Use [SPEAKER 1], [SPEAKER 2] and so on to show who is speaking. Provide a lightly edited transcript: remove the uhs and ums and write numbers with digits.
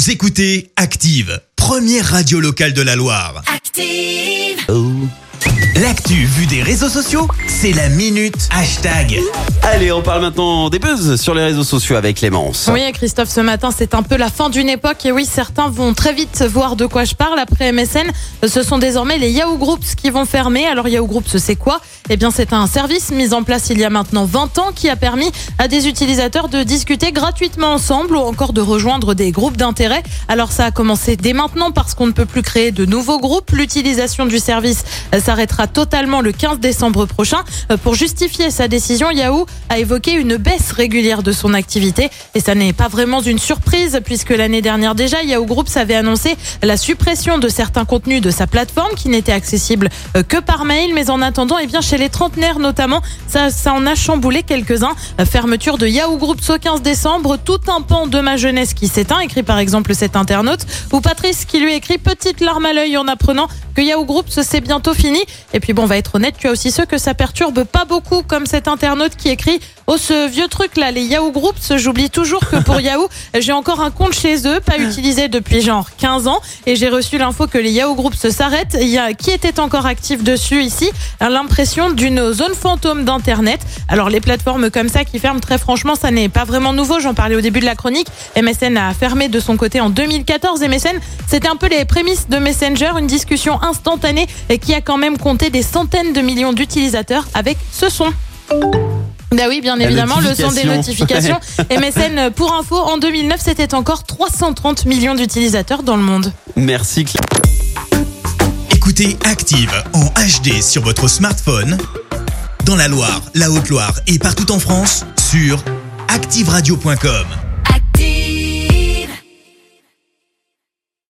[SPEAKER 1] Vous écoutez Active, première radio locale de la Loire.
[SPEAKER 2] Active.
[SPEAKER 1] L'actu vue des réseaux sociaux, c'est la minute hashtag.
[SPEAKER 3] Allez, on parle maintenant des buzz sur les réseaux sociaux avec Clémence.
[SPEAKER 4] Oui, Christophe, ce matin, c'est un peu la fin d'une époque. Et oui, certains vont très vite voir de quoi je parle. Après MSN, ce sont désormais les Yahoo Groups qui vont fermer. Alors, Yahoo Groups, c'est quoi ? Eh bien, c'est un service mis en place il y a maintenant 20 ans qui a permis à des utilisateurs de discuter gratuitement ensemble ou encore de rejoindre des groupes d'intérêt. Alors, ça a commencé dès maintenant parce qu'on ne peut plus créer de nouveaux groupes. L'utilisation du service s'arrêtera totalement le 15 décembre prochain. Pour justifier sa décision, Yahoo a évoqué une baisse régulière de son activité. Et ça n'est pas vraiment une surprise puisque l'année dernière déjà, Yahoo Groups avait annoncé la suppression de certains contenus de sa plateforme qui n'étaient accessibles que par mail. Mais en attendant, eh bien, chez les trentenaires notamment, ça en a chamboulé quelques-uns. Fermeture de Yahoo Groups au 15 décembre, tout un pan de ma jeunesse qui s'éteint, écrit par exemple cet internaute, ou Patrice qui lui écrit petite larme à l'œil en apprenant que Yahoo Groups c'est bientôt fini. Et puis bon, on va être honnête, tu as aussi ceux que ça perturbe pas beaucoup, comme cet internaute qui écrit « Oh, ce vieux truc là, les Yahoo Groups, j'oublie toujours que pour Yahoo, j'ai encore un compte chez eux, pas utilisé depuis genre 15 ans, et j'ai reçu l'info que les Yahoo Groups s'arrêtent. Il y a qui était encore actif dessus ici ? L'impression d'une zone fantôme d'Internet. Alors les plateformes comme ça qui ferment, très franchement, ça n'est pas vraiment nouveau. J'en parlais au début de la chronique. MSN a fermé de son côté en 2014. MSN, c'était un peu les prémices de Messenger, une discussion instantanée et qui a quand même compté des centaines de millions d'utilisateurs avec ce son. Bah oui, bien évidemment, le son des notifications. MSN, pour info, en 2009, c'était encore 330 millions d'utilisateurs dans le monde.
[SPEAKER 3] Merci
[SPEAKER 1] Écoutez Active en HD sur votre smartphone, dans la Loire, la Haute-Loire et partout en France, sur activeradio.com.